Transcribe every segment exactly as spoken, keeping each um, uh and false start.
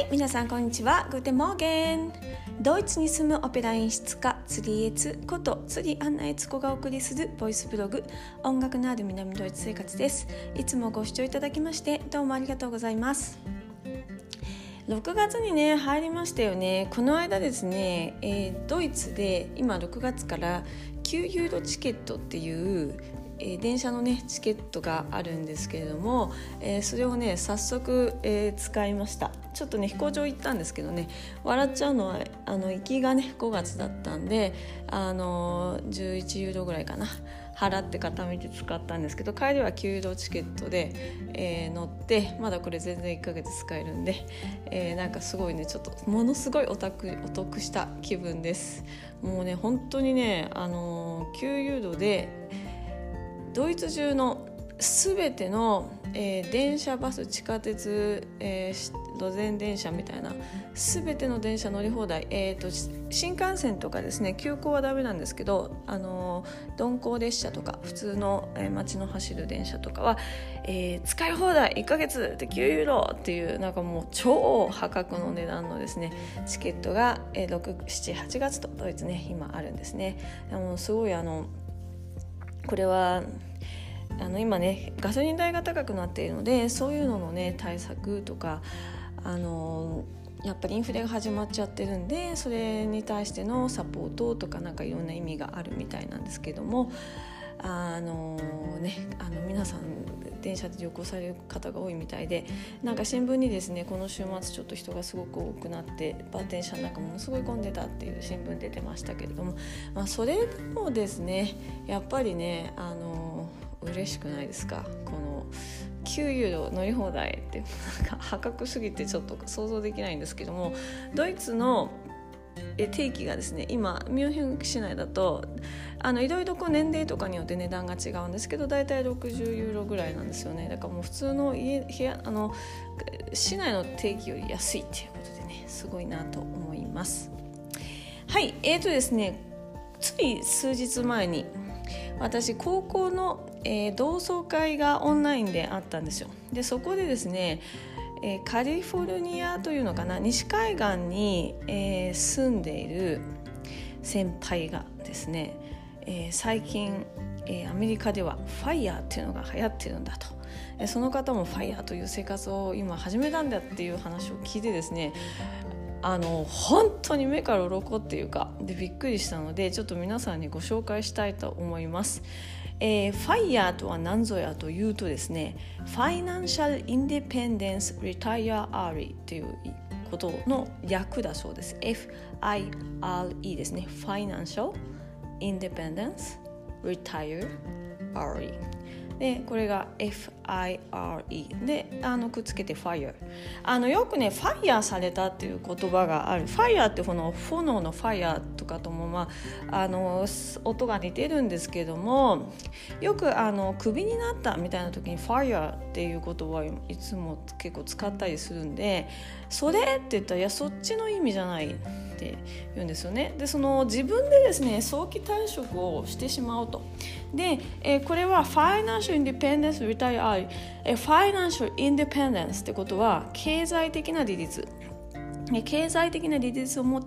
はい皆さんこんにちは。グーテンモーゲン。ドイツに住むオペラ演出家釣りエツこと釣りアンナエツコがお送りするボイスブログ、音楽のある南ドイツ生活です。いつもご視聴いただきましてどうもありがとうございます。ろくがつにね入りましたよね。この間ですね、えー、ドイツで今ろくがつからきゅうユーロチケットっていうえー、電車のねチケットがあるんですけれども、えー、それをね早速、えー、使いました。ちょっとね飛行場行ったんですけどね、笑っちゃうのはあの行きがねごがつだったんで、あのー、じゅういちユーロぐらいかな払って片道使ったんですけど、帰りはきゅうユーロチケットで、えー、乗って、まだこれ全然いっかげつ使えるんで、えー、なんかすごいねちょっとものすごいお得、お得した気分です。もうね本当にね、あのー、きゅうユーロでドイツ中のすべての、えー、電車、バス、地下鉄、えー、路線電車みたいなすべての電車乗り放題、えーと、新幹線とかですね、急行はダメなんですけど、あのー、鈍行列車とか普通の、えー、街の走る電車とかは、えー、使い放題いっかげつできゅうユーロっていうなんかもう超破格の値段のですねチケットが、えー、ろく、しち、はちがつとドイツね今あるんですね。でもすごいあのこれはあの今ねガソリン代が高くなっているので、そういうののね対策とか、あのやっぱりインフレが始まっちゃってるんで、それに対してのサポートとかなんかいろんな意味があるみたいなんですけども、あのねあの皆さん電車で旅行される方が多いみたいで、なんか新聞にですねこの週末ちょっと人がすごく多くなって電車の中ものすごい混んでたっていう新聞出てましたけれども、まあ、それでもですねやっぱりねあの嬉しくないですか。このきゅうユーロ乗り放題ってなんか破格すぎてちょっと想像できないんですけども、ドイツの定期がですね今ミュンヘン市内だとあのいろいろこう年齢とかによって値段が違うんですけど、だいたいろくじゅうユーロぐらいなんですよね。だからもう普通の家部屋あの市内の定期より安いっていうことでねすごいなと思います。はい、えーとですねつい数日前に私高校の、えー、同窓会がオンラインであったんですよ。でそこでですね、えー、カリフォルニアというのかな、西海岸に、えー、住んでいる先輩がですね、えー、最近、えー、アメリカではファイヤーっていうのが流行ってるんだと、えー、その方もファイヤーという生活を今始めたんだっていう話を聞いてですね、あの本当に目から鱗っていうかでびっくりしたので、ちょっと皆さんにご紹介したいと思います。えー、ファイヤーとは何ぞやというとですね、ファイナンシャルインディペンデンスリタイアアーリーということの略だそうです。 エフアイアールイー ですね。ファイナンシャルインディペンデンスリタイアアーリーで、これが エフアイアールイー であのくっつけて Fire。 あのよくね Fire されたっていう言葉がある。 Fire ってこの炎の Fire とかとも、まあ、あの音が似てるんですけども、よくあのクビになったみたいな時に Fire っていう言葉をいつも結構使ったりするんで、それって言ったらいやそっちの意味じゃないって言うんですよね。でその自分でですね早期退職をしてしまうと。で、えー、これは Financial Independence Retire、えー、Financial Independence ってことは経済的な自立、経済的な自立を持って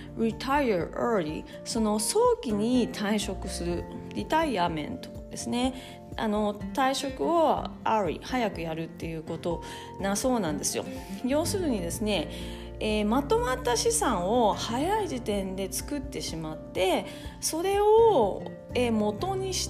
Retire Early、 その早期に退職するリタイアメントですね。あの退職を early 早くやるっていうことなそうなんですよ。要するにですね、えー、まとまった資産を早い時点で作ってしまって、それを、えー、元にして、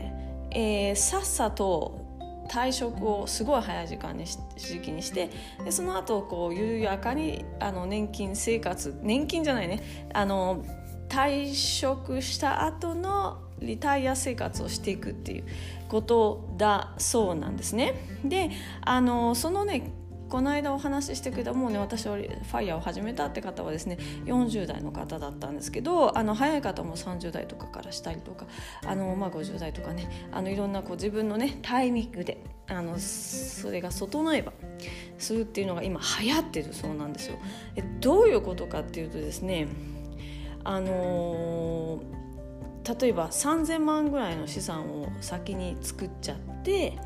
えー、さっさと退職をすごい早い時間にし時期にして、でその後こう緩やかにあの年金生活年金じゃないねあの退職した後のリタイア生活をしていくっていうことだそうなんですね。であのそのねこの間お話ししてくれたもうね私はファイヤーを始めたって方はですねよんじゅう代の方だったんですけど、あの早い方もさんじゅう代とかからしたりとか、あの、まあ、ごじゅう代とかね、あのいろんなこう自分のねタイミングであのそれが整えばするっていうのが今流行ってるそうなんですよ。えどういうことかっていうとですね、あの例えばさんぜんまんぐらいの資産を先に作っちゃって、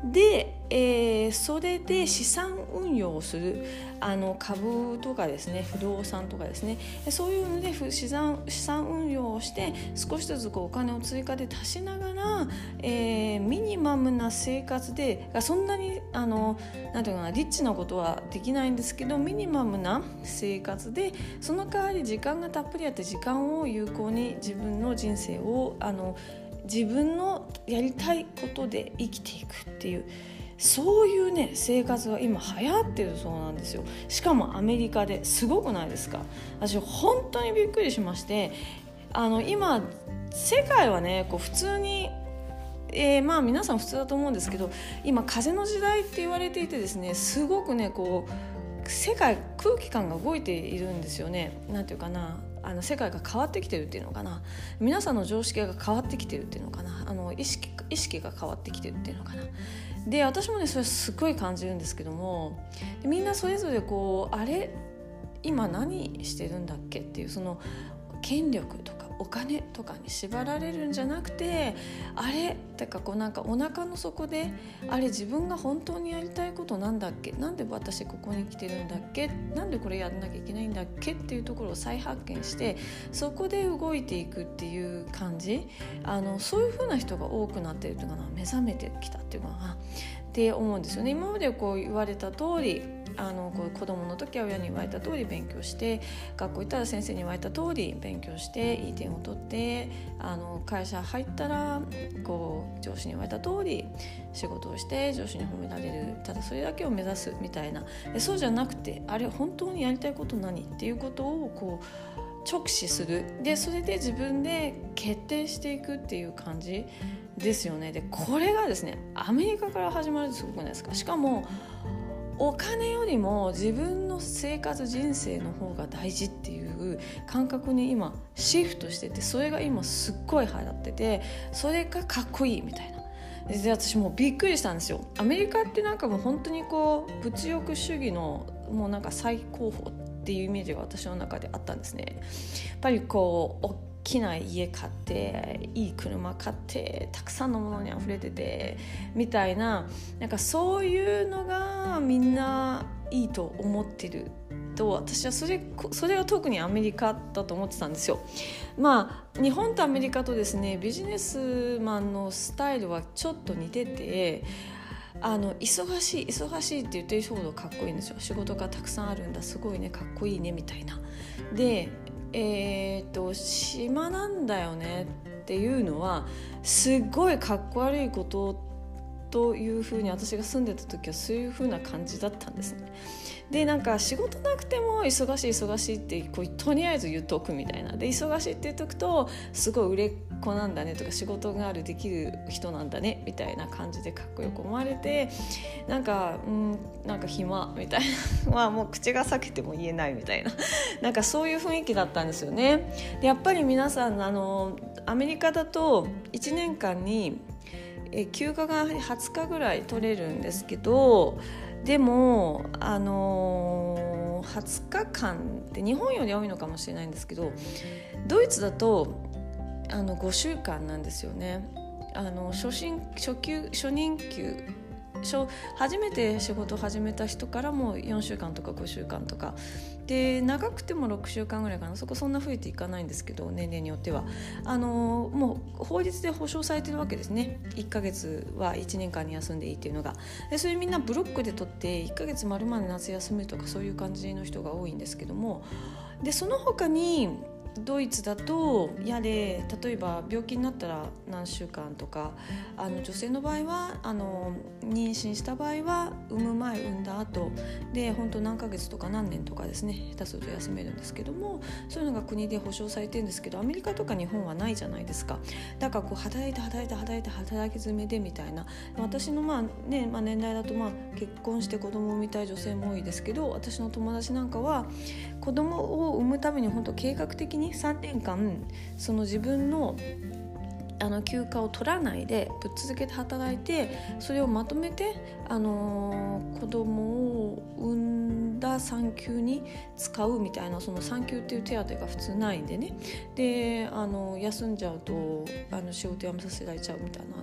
で、えー、それで資産運用をするあの株とかですね、不動産とかですね、そういうので資産、資産運用をして少しずつこうお金を追加で足しながら、えー、ミニマムな生活で、そんなにあのなんていうかなリッチなことはできないんですけど、ミニマムな生活でその代わり時間がたっぷりあって時間を有効に自分の人生をあの自分のやりたいことで生きていくっていう、そういうね生活が今流行ってるそうなんですよ。しかもアメリカですごくないですか。私本当にびっくりしまして、あの今世界はねこう普通に、えー、まあ皆さん普通だと思うんですけど、今風の時代って言われていてですね、すごくねこう世界空気感が動いているんですよね。なんていうかな、あの世界が変わってきてるっていうのかな、皆さんの常識が変わってきてるっていうのかな、あの意識、意識が変わってきてるっていうのかな。で私もねそれすごい感じるんですけども、みんなそれぞれこうあれ今何してるんだっけっていう、その権力とかお金とかに縛られるんじゃなくて、あれってかこうなんかお腹の底であれ自分が本当にやりたいことなんだっけ、なんで私ここに来てるんだっけ、なんでこれやんなきゃいけないんだっけっていうところを再発見して、そこで動いていくっていう感じ、あのそういう風な人が多くなってるというかな、目覚めてきたっていうかなって思うんですよね。今までこう言われた通り、あのこう子供の時は親に言われた通り勉強して、学校行ったら先生に言われた通り勉強していい点を取って、あの会社入ったらこう上司に言われた通り仕事をして上司に褒められる、ただそれだけを目指すみたいな、そうじゃなくてあれ本当にやりたいこと何っていうことをこう直視する、でそれで自分で決定していくっていう感じですよね。でこれがですねアメリカから始まるとすごくないですか。しかもお金よりも自分の生活人生の方が大事っていう感覚に今シフトしてて、それが今すっごい流行ってて、それがかっこいいみたいな。で私もうびっくりしたんですよ。アメリカってなんかもう本当にこう物欲主義のもうなんか最高峰っていうイメージが私の中であったんですね。やっぱりこう大きな家買っていい車買ってたくさんのものにあふれててみたいな、なんかそういうのがみんないいと思ってると、私はそれ、それが特にアメリカだと思ってたんですよ。まあ日本とアメリカとですねビジネスマンのスタイルはちょっと似てて、あの忙しい忙しいって言ってる人ほどかっこいいんですよ。仕事がたくさんあるんだ、すごいね、かっこいいねみたいな。でえー、っと島なんだよねっていうのはすっごいかっこ悪いことというふうに私が住んでた時はそういうふうな感じだったんですね。でなんか仕事なくても忙しい忙しいってこうとりあえず言っとくみたいな。で忙しいって言っとくとすごい売れっ子なんだねとか仕事があるできる人なんだねみたいな感じでかっこよく思われて、なんかうんなんか暇みたいなまあもう口が裂けても言えないみたいななんかそういう雰囲気だったんですよね。でやっぱり皆さんあのアメリカだといちねんかんにえ休暇がはつかぐらい取れるんですけど、でも、あのー、はつかかんって日本より多いのかもしれないんですけど、ドイツだとあのごしゅうかんなんですよね。あの初診初級初任給初初めて仕事を始めた人からもよんしゅうかんとかごしゅうかんとかで、長くてもろくしゅうかんぐらいかな。そこそんな増えていかないんですけど、年齢によってはあのもう法律で保障されてるわけですね。いっかげつはいちねんかんに休んでいいっていうのが。でそれみんなブロックで取っていっかげつ丸々夏休むとかそういう感じの人が多いんですけども、でその他にドイツだとやれ例えば病気になったら何週間とか、あの女性の場合はあの妊娠した場合は産む前産んだ後で本当何ヶ月とか何年とかですね下手すると休めるんですけども、そういうのが国で保障されてるんですけど、アメリカとか日本はないじゃないですか。だからこう働いて働いて働いて働き詰めでみたいな、私のまあ、ねまあ、年代だとまあ結婚して子供を産みたい女性も多いですけど、私の友達なんかは子供を産むために本当計画的にさんねんかんその自分のあの休暇を取らないでぶっ続けて働いて、それをまとめて、あのー、子供を産んだ産休に使うみたいな、その産休っていう手当が普通ないんでね、であの休んじゃうとあの仕事辞めさせられちゃうみたいな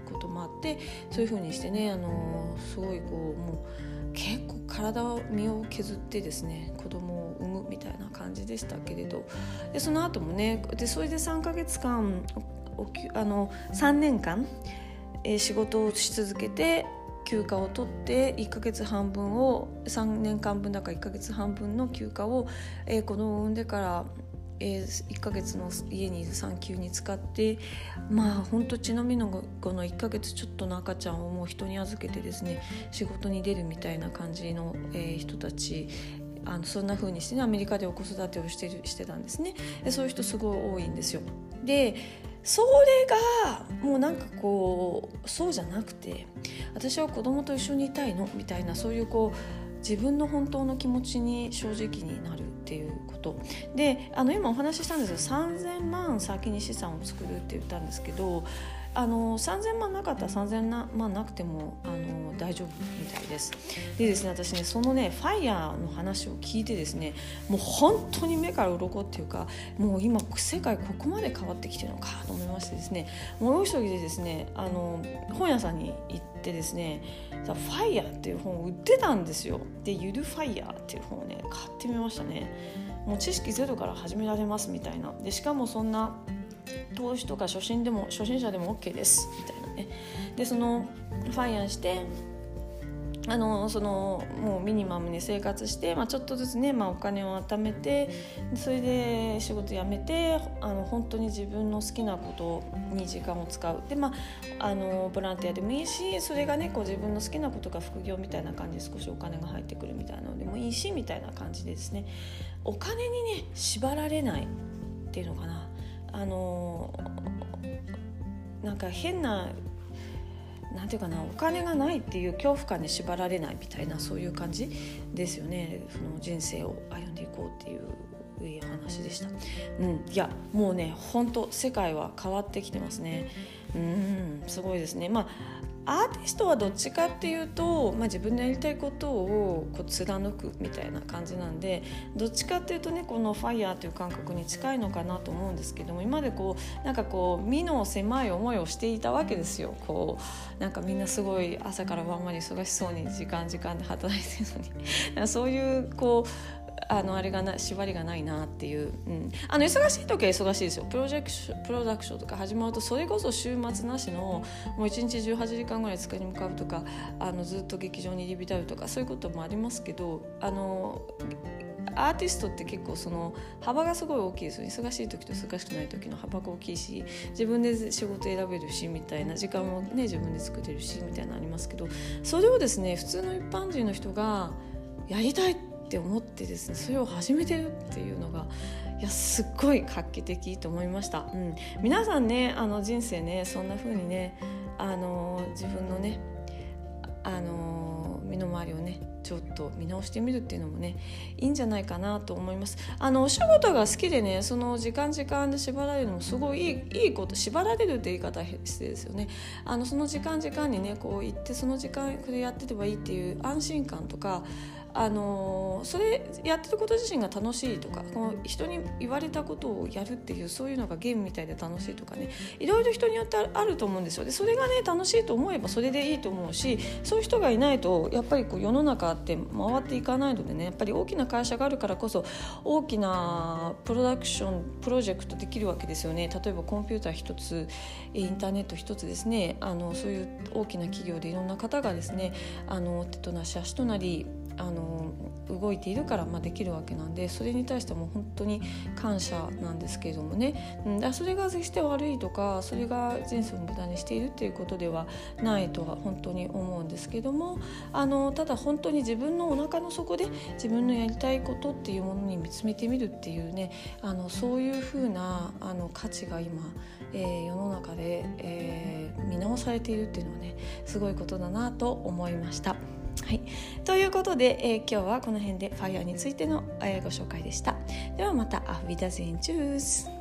こともあって、そういう風にしてね、あのすごいこうもう結構体を身を削ってですね子供を産むみたいな感じでしたけれど、でその後もねでそれでさんかげつかんあのさんねんかん、えー、仕事をし続けて休暇を取っていっかげつはんぶんをさんねんかんぶんだからいっかげつはんぶんの休暇を、えー、子供を産んでから、えー、いっかげつの家にいる産休に使って、まあ本当ちなみにこのいっかげつちょっとの赤ちゃんをもう人に預けてですね仕事に出るみたいな感じの、えー、人たち、あのそんな風にして、ね、アメリカでお子育てをしてるしてたんですね。でそういう人すごい多いんですよ。でそれがもうなんかこうそうじゃなくて、私は子供と一緒にいたいのみたいな、そういうこう自分の本当の気持ちに正直になるっていうことで、あの今お話ししたんですけどさんぜんまん先に資産を作るって言ったんですけど、あのさんぜんまんなかったらさんぜんまんなくてもあの大丈夫みたいです。でですね、私ねそのねファイヤーの話を聞いてですね、もう本当に目から鱗っていうか、もう今世界ここまで変わってきてるのかと思いましてですね、もう一人でですねあの本屋さんに行ってですね、ファイヤーっていう本を売ってたんですよ。でゆるファイヤーっていう本をね買ってみましたね。もう知識ゼロから始められますみたいな、でしかもそんな投資とか初心でも初心者でも OK ですみたいなね。でそのファイヤーしてあのそのもうミニマムに生活して、まあ、ちょっとずつね、まあ、お金を貯めて、それで仕事辞めてあの本当に自分の好きなことに時間を使う。で、まあ、あのボランティアでもいいし、それがねこう自分の好きなことが副業みたいな感じで少しお金が入ってくるみたいなのでもいいしみたいな感じでですね、お金にね縛られないっていうのかな、あのなんか変ななんていうかな、お金がないっていう恐怖感に縛られないみたいな、そういう感じですよね。その人生を歩んでいこうっていういい話でした。うん、いやもうね本当世界は変わってきてますね。うんすごいですね。まあアーティストはどっちかっていうと、まあ、自分のやりたいことをこう貫くみたいな感じなんで、どっちかっていうとねこのファイヤーという感覚に近いのかなと思うんですけども、今までこうなんかこう身の狭い思いをしていたわけですよ。こうなんかみんなすごい朝から晩まで忙しそうに時間時間で働いてるのにそういうこうあのあれがな縛りがないなっていう、うん、あの忙しい時は忙しいですよ。プロジェクションプロダクションとか始まるとそれこそ週末なしのもういちにちじゅうはちじかんぐらい使いに向かうとか、あのずっと劇場に入り浸るとかそういうこともありますけど、あのアーティストって結構その幅がすごい大きいですよね。忙しい時と忙しくない時の幅が大きいし、自分で仕事選べるしみたいな、時間もね自分で作れるしみたいなのありますけど、それをですね普通の一般人の人がやりたいって思ってですねそれを始めてるっていうのがいやすっごい画期的と思いました。うん、皆さんねあの人生ねそんな風にねあの自分のねあの身の回りをねちょっと見直してみるっていうのもねいいんじゃないかなと思います。あのお仕事が好きでねその時間時間で縛られるのもすごいいい、いいこと。縛られるって言い方失礼ですよね。あのその時間時間にねこう行ってその時間これやってればいいっていう安心感とか、あのそれやってること自身が楽しいとか、この人に言われたことをやるっていうそういうのがゲームみたいで楽しいとかね、いろいろ人によってあると思うんですよ。でそれがね楽しいと思えばそれでいいと思うし、そういう人がいないとやっぱりこう世の中って回っていかないのでね、やっぱり大きな会社があるからこそ大きなプロダクションプロジェクトできるわけですよね。例えばコンピューター一つインターネット一つですね、あのそういう大きな企業でいろんな方がですねあの手となし足となりあの動いているから、まあ、できるわけなんで、それに対しても本当に感謝なんですけれどもね、うん、だそれが決して悪いとかそれが人生を無駄にしているっていうことではないとは本当に思うんですけども、あのただ本当に自分のお腹の底で自分のやりたいことっていうものに見つめてみるっていうね、あのそういうふうなあの価値が今、えー、世の中で、えー、見直されているっていうのはねすごいことだなと思いました。はい、ということで、えー、今日はこの辺でファイヤーについての、えー、ご紹介でした。ではまた。アフビダゼンチュース。